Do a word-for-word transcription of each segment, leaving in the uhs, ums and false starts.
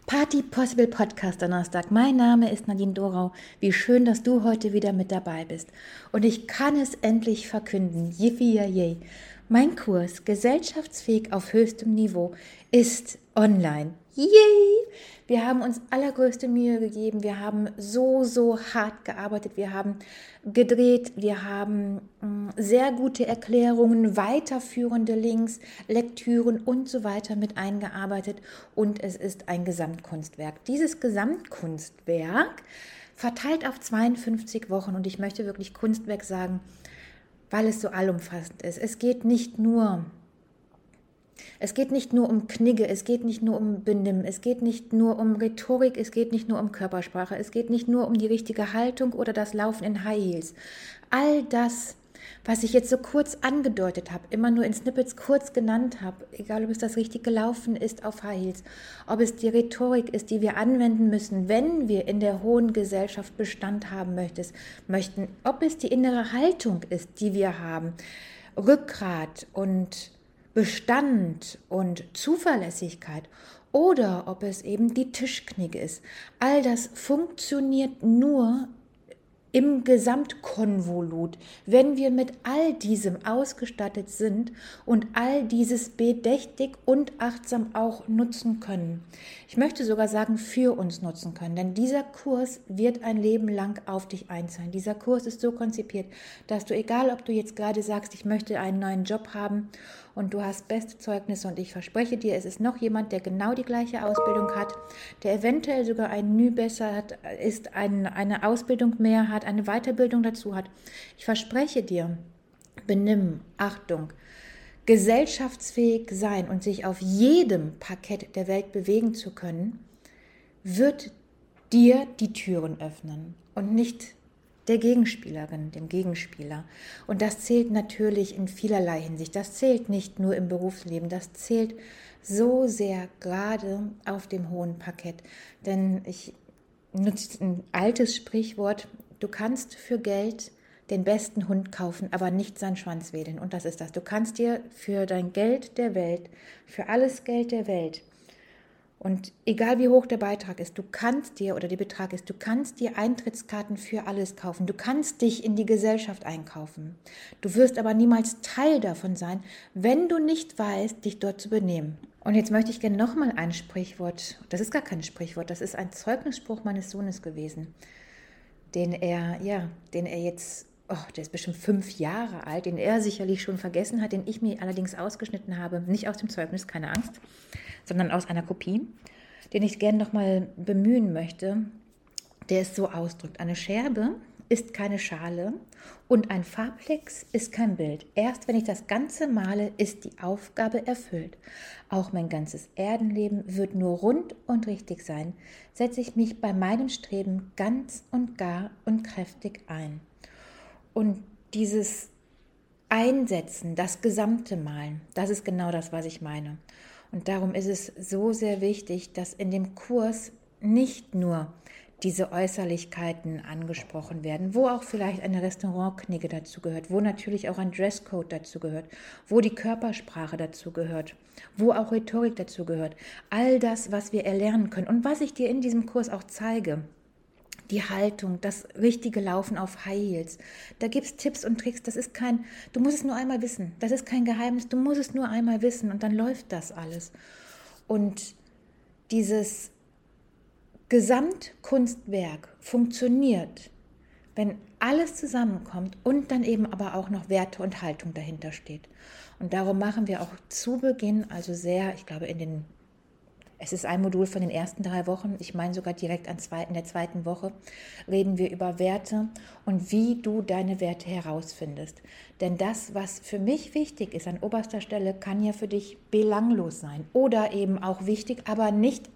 Party Possible Podcast Donnerstag. Mein Name ist Nadine Dorau. Wie schön, dass du heute wieder mit dabei bist. Und ich kann es endlich verkünden. Yippie yay. Mein Kurs Gesellschaftsfähig auf höchstem Niveau ist online. Yay! Wir haben uns allergrößte Mühe gegeben. Wir haben so, so hart gearbeitet. Wir haben gedreht. Wir haben mh, sehr gute Erklärungen, weiterführende Links, Lektüren und so weiter mit eingearbeitet. Und es ist ein Gesamtkunstwerk. Dieses Gesamtkunstwerk verteilt auf zweiundfünfzig Wochen. Und ich möchte wirklich Kunstwerk sagen, weil es so allumfassend ist. Es geht nicht nur Es geht nicht nur um Knigge, es geht nicht nur um Benimm, es geht nicht nur um Rhetorik, es geht nicht nur um Körpersprache, es geht nicht nur um die richtige Haltung oder das Laufen in High Heels. All das, was ich jetzt so kurz angedeutet habe, immer nur in Snippets kurz genannt habe, egal ob es das richtige Laufen ist auf High Heels, ob es die Rhetorik ist, die wir anwenden müssen, wenn wir in der hohen Gesellschaft Bestand haben möchtest, möchten, ob es die innere Haltung ist, die wir haben, Rückgrat und Bestand und Zuverlässigkeit oder ob es eben die Tischknigge ist. All das funktioniert nur im Gesamtkonvolut, wenn wir mit all diesem ausgestattet sind und all dieses bedächtig und achtsam auch nutzen können. Ich möchte sogar sagen, für uns nutzen können, denn dieser Kurs wird ein Leben lang auf dich einzahlen. Dieser Kurs ist so konzipiert, dass du, egal ob du jetzt gerade sagst, ich möchte einen neuen Job haben und du hast beste Zeugnisse und ich verspreche dir, es ist noch jemand, der genau die gleiche Ausbildung hat, der eventuell sogar ein Nü besser hat, ist, ein, eine Ausbildung mehr hat, eine Weiterbildung dazu hat. Ich verspreche dir, Benimm, Achtung, gesellschaftsfähig sein und sich auf jedem Parkett der Welt bewegen zu können, wird dir die Türen öffnen und nicht der Gegenspielerin, dem Gegenspieler. Und das zählt natürlich in vielerlei Hinsicht. Das zählt nicht nur im Berufsleben, das zählt so sehr gerade auf dem hohen Parkett. Denn ich nutze ein altes Sprichwort, du kannst für Geld den besten Hund kaufen, aber nicht seinen Schwanz wedeln. Und das ist das. Du kannst dir für dein Geld der Welt, für alles Geld der Welt, und egal wie hoch der Beitrag ist, du kannst dir, oder der Betrag ist, du kannst dir Eintrittskarten für alles kaufen. Du kannst dich in die Gesellschaft einkaufen. Du wirst aber niemals Teil davon sein, wenn du nicht weißt, dich dort zu benehmen. Und jetzt möchte ich gerne nochmal ein Sprichwort, das ist gar kein Sprichwort, das ist ein Zeugnisspruch meines Sohnes gewesen, den er, ja, den er jetzt, oh, der ist bestimmt fünf Jahre alt, den er sicherlich schon vergessen hat, den ich mir allerdings ausgeschnitten habe, nicht aus dem Zeugnis, keine Angst, sondern aus einer Kopie, den ich gerne nochmal bemühen möchte, der es so ausdrückt. Eine Scherbe ist keine Schale und ein Farbklecks ist kein Bild. Erst wenn ich das Ganze male, ist die Aufgabe erfüllt. Auch mein ganzes Erdenleben wird nur rund und richtig sein, setze ich mich bei meinem Streben ganz und gar und kräftig ein. Und dieses Einsetzen, das gesamte Malen, das ist genau das, was ich meine. Und darum ist es so sehr wichtig, dass in dem Kurs nicht nur diese Äußerlichkeiten angesprochen werden, wo auch vielleicht eine Restaurantknigge dazu gehört, wo natürlich auch ein Dresscode dazu gehört, wo die Körpersprache dazu gehört, wo auch Rhetorik dazu gehört. All das, was wir erlernen können und was ich dir in diesem Kurs auch zeige, die Haltung, das richtige Laufen auf High Heels. Da gibt es Tipps und Tricks, das ist kein, du musst es nur einmal wissen, das ist kein Geheimnis, du musst es nur einmal wissen und dann läuft das alles. Und dieses Gesamtkunstwerk funktioniert, wenn alles zusammenkommt und dann eben aber auch noch Werte und Haltung dahinter steht. Und darum machen wir auch zu Beginn, also sehr, ich glaube in den Es ist ein Modul von den ersten drei Wochen, ich meine sogar direkt an zwei, in der zweiten Woche, reden wir über Werte und wie du deine Werte herausfindest. Denn das, was für mich wichtig ist an oberster Stelle, kann ja für dich belanglos sein oder eben auch wichtig, aber nicht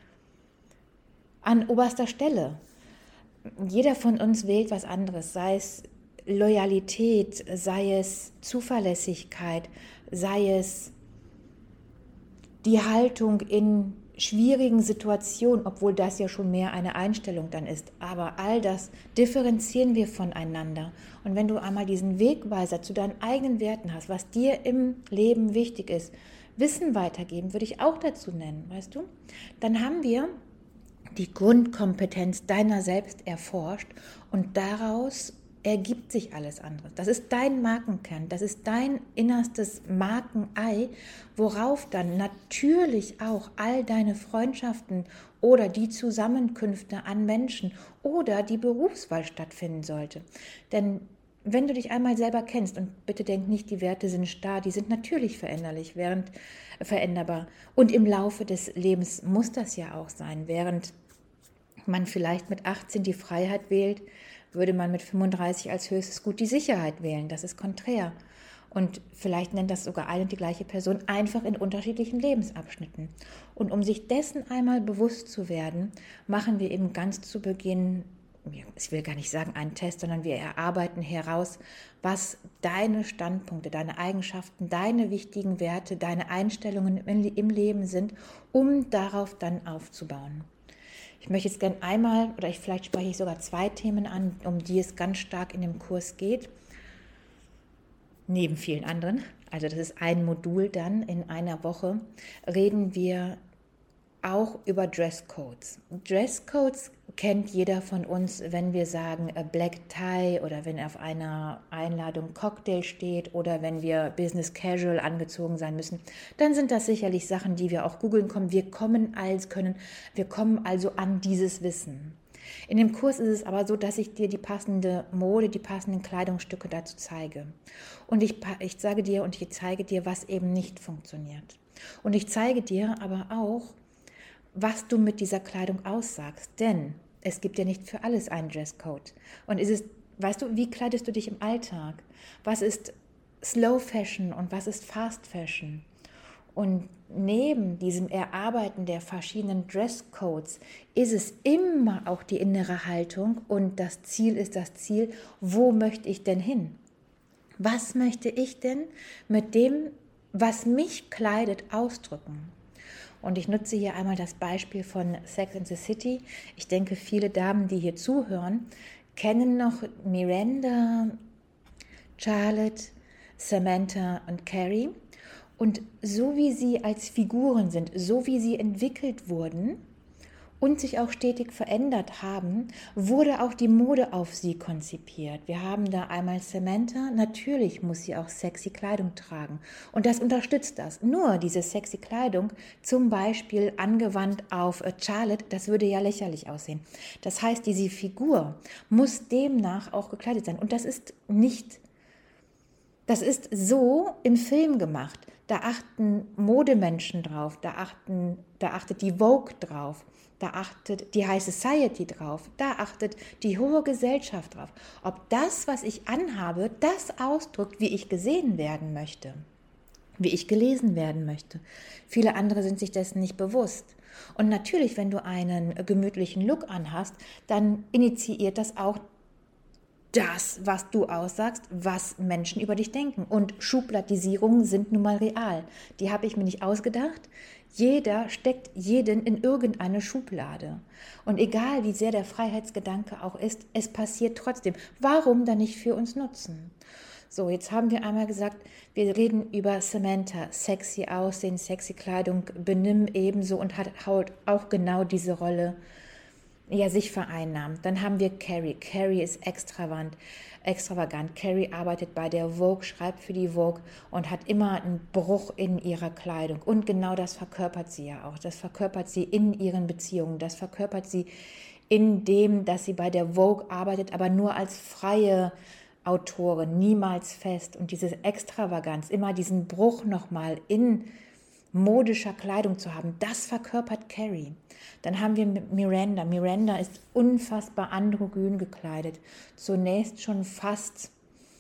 an oberster Stelle. Jeder von uns wählt was anderes, sei es Loyalität, sei es Zuverlässigkeit, sei es die Haltung in schwierigen Situationen, obwohl das ja schon mehr eine Einstellung dann ist. Aber all das differenzieren wir voneinander. Und wenn du einmal diesen Wegweiser zu deinen eigenen Werten hast, was dir im Leben wichtig ist, Wissen weitergeben würde ich auch dazu nennen, weißt du? Dann haben wir die Grundkompetenz deiner selbst erforscht und daraus ergibt sich alles andere. Das ist dein Markenkern, das ist dein innerstes Markenei, worauf dann natürlich auch all deine Freundschaften oder die Zusammenkünfte an Menschen oder die Berufswahl stattfinden sollte. Denn wenn du dich einmal selber kennst, und bitte denk nicht, die Werte sind starr, die sind natürlich veränderlich, während veränderbar. Und im Laufe des Lebens muss das ja auch sein. Während man vielleicht mit achtzehn die Freiheit wählt, würde man mit fünfunddreißig als höchstes Gut die Sicherheit wählen. Das ist konträr. Und vielleicht nennt das sogar eine und die gleiche Person einfach in unterschiedlichen Lebensabschnitten. Und um sich dessen einmal bewusst zu werden, machen wir eben ganz zu Beginn, ich will gar nicht sagen einen Test, sondern wir erarbeiten heraus, was deine Standpunkte, deine Eigenschaften, deine wichtigen Werte, deine Einstellungen im Leben sind, um darauf dann aufzubauen. Ich möchte jetzt gerne einmal, oder ich, vielleicht spreche ich sogar zwei Themen an, um die es ganz stark in dem Kurs geht, neben vielen anderen. Also das ist ein Modul dann in einer Woche, reden wir auch über Dresscodes. Dresscodes kennt jeder von uns, wenn wir sagen Black Tie oder wenn auf einer Einladung Cocktail steht oder wenn wir Business Casual angezogen sein müssen, dann sind das sicherlich Sachen, die wir auch googeln können. Wir kommen als können, wir kommen also an dieses Wissen. In dem Kurs ist es aber so, dass ich dir die passende Mode, die passenden Kleidungsstücke dazu zeige. Und ich, ich sage dir und ich zeige dir, was eben nicht funktioniert. Und ich zeige dir aber auch, was du mit dieser Kleidung aussagst. Denn es gibt ja nicht für alles einen Dresscode. Und ist es, weißt du, wie kleidest du dich im Alltag? Was ist Slow Fashion und was ist Fast Fashion? Und neben diesem Erarbeiten der verschiedenen Dresscodes ist es immer auch die innere Haltung und das Ziel ist das Ziel, wo möchte ich denn hin? Was möchte ich denn mit dem, was mich kleidet, ausdrücken? Und ich nutze hier einmal das Beispiel von Sex and the City. Ich denke, viele Damen, die hier zuhören, kennen noch Miranda, Charlotte, Samantha und Carrie. Und so wie sie als Figuren sind, so wie sie entwickelt wurden und sich auch stetig verändert haben, wurde auch die Mode auf sie konzipiert. Wir haben da einmal Samantha, natürlich muss sie auch sexy Kleidung tragen und das unterstützt das. Nur diese sexy Kleidung, zum Beispiel angewandt auf Charlotte, das würde ja lächerlich aussehen. Das heißt, diese Figur muss demnach auch gekleidet sein und das ist nicht, das ist so im Film gemacht. Da achten Modemenschen drauf, da, achten, da achtet die Vogue drauf. Da achtet die High Society drauf, da achtet die hohe Gesellschaft drauf. Ob das, was ich anhabe, das ausdrückt, wie ich gesehen werden möchte, wie ich gelesen werden möchte. Viele andere sind sich dessen nicht bewusst. Und natürlich, wenn du einen gemütlichen Look anhast, dann initiiert das auch das, was du aussagst, was Menschen über dich denken. Und Schubladisierungen sind nun mal real. Die habe ich mir nicht ausgedacht. Jeder steckt jeden in irgendeine Schublade. Und egal, wie sehr der Freiheitsgedanke auch ist, es passiert trotzdem. Warum dann nicht für uns nutzen? So, jetzt haben wir einmal gesagt, wir reden über Samantha, sexy Aussehen, sexy Kleidung, Benimm ebenso und hat auch genau diese Rolle ja, sich vereinnahmt. Dann haben wir Carrie. Carrie ist extravagant. extravagant. Carrie arbeitet bei der Vogue, schreibt für die Vogue und hat immer einen Bruch in ihrer Kleidung. Und genau das verkörpert sie ja auch. Das verkörpert sie in ihren Beziehungen. Das verkörpert sie in dem, dass sie bei der Vogue arbeitet, aber nur als freie Autorin, niemals fest. Und diese Extravaganz, immer diesen Bruch nochmal in modischer Kleidung zu haben, das verkörpert Carrie. Dann haben wir Miranda. Miranda ist unfassbar androgyn gekleidet. Zunächst schon fast,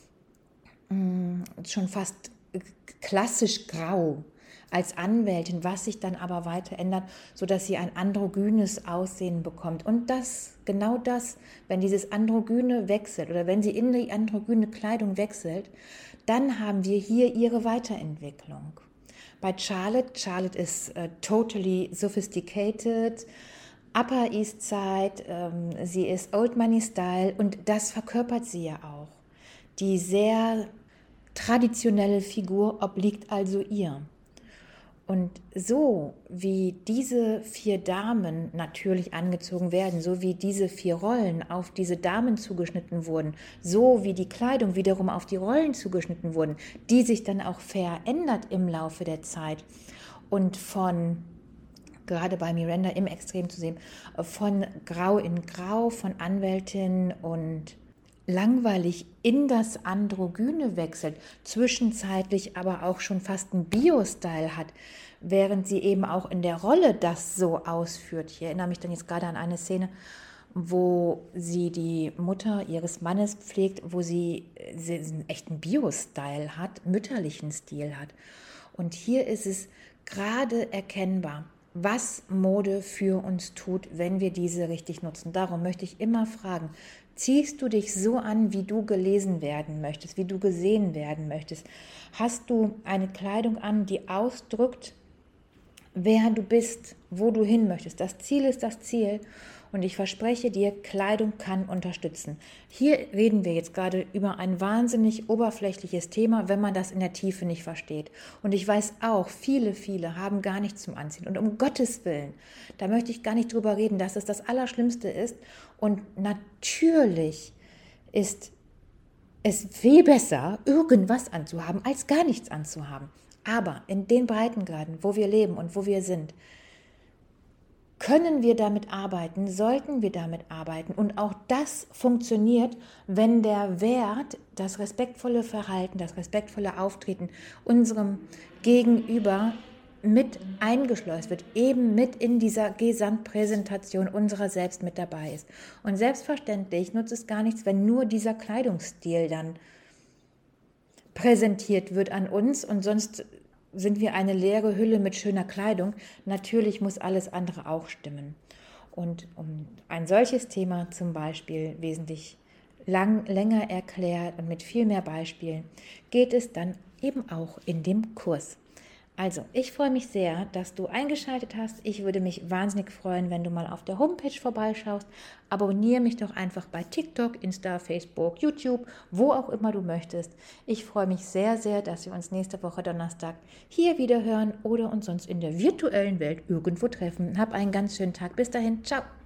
mh, schon fast klassisch grau als Anwältin, was sich dann aber weiter ändert, sodass sie ein androgynes Aussehen bekommt. Und das, genau das, wenn dieses Androgyne wechselt oder wenn sie in die androgyne Kleidung wechselt, dann haben wir hier ihre Weiterentwicklung. Bei Charlotte, Charlotte ist uh, totally sophisticated, Upper East Side, ähm, sie ist Old Money Style und das verkörpert sie ja auch. Die sehr traditionelle Figur obliegt also ihr. Und so wie diese vier Damen natürlich angezogen werden, so wie diese vier Rollen auf diese Damen zugeschnitten wurden, so wie die Kleidung wiederum auf die Rollen zugeschnitten wurden, die sich dann auch verändert im Laufe der Zeit und von, gerade bei Miranda im Extrem zu sehen, von Grau in Grau, von Anwältin und langweilig in das Androgyne wechselt, zwischenzeitlich aber auch schon fast einen Bio-Style hat, während sie eben auch in der Rolle das so ausführt. Ich erinnere mich dann jetzt gerade an eine Szene, wo sie die Mutter ihres Mannes pflegt, wo sie, sie einen echten Bio-Style hat, mütterlichen Stil hat. Und hier ist es gerade erkennbar, was Mode für uns tut, wenn wir diese richtig nutzen. Darum möchte ich immer fragen, ziehst du dich so an, wie du gelesen werden möchtest, wie du gesehen werden möchtest? Hast du eine Kleidung an, die ausdrückt, wer du bist, wo du hin möchtest? Das Ziel ist das Ziel. Und ich verspreche dir, Kleidung kann unterstützen. Hier reden wir jetzt gerade über ein wahnsinnig oberflächliches Thema, wenn man das in der Tiefe nicht versteht. Und ich weiß auch, viele, viele haben gar nichts zum Anziehen. Und um Gottes Willen, da möchte ich gar nicht drüber reden, dass es das Allerschlimmste ist. Und natürlich ist es viel besser, irgendwas anzuhaben, als gar nichts anzuhaben. Aber in den Breitengraden, wo wir leben und wo wir sind, können wir damit arbeiten, sollten wir damit arbeiten. Und auch das funktioniert, wenn der Wert, das respektvolle Verhalten, das respektvolle Auftreten unserem Gegenüber mit eingeschleust wird, eben mit in dieser Gesamtpräsentation unserer selbst mit dabei ist. Und selbstverständlich nutzt es gar nichts, wenn nur dieser Kleidungsstil dann präsentiert wird an uns und sonst sind wir eine leere Hülle mit schöner Kleidung. Natürlich muss alles andere auch stimmen. Und um ein solches Thema zum Beispiel wesentlich lang, länger erklärt und mit viel mehr Beispielen, geht es dann eben auch in dem Kurs. Also, ich freue mich sehr, dass du eingeschaltet hast. Ich würde mich wahnsinnig freuen, wenn du mal auf der Homepage vorbeischaust. Abonniere mich doch einfach bei TikTok, Insta, Facebook, YouTube, wo auch immer du möchtest. Ich freue mich sehr, sehr, dass wir uns nächste Woche Donnerstag hier wieder hören oder uns sonst in der virtuellen Welt irgendwo treffen. Hab einen ganz schönen Tag. Bis dahin. Ciao.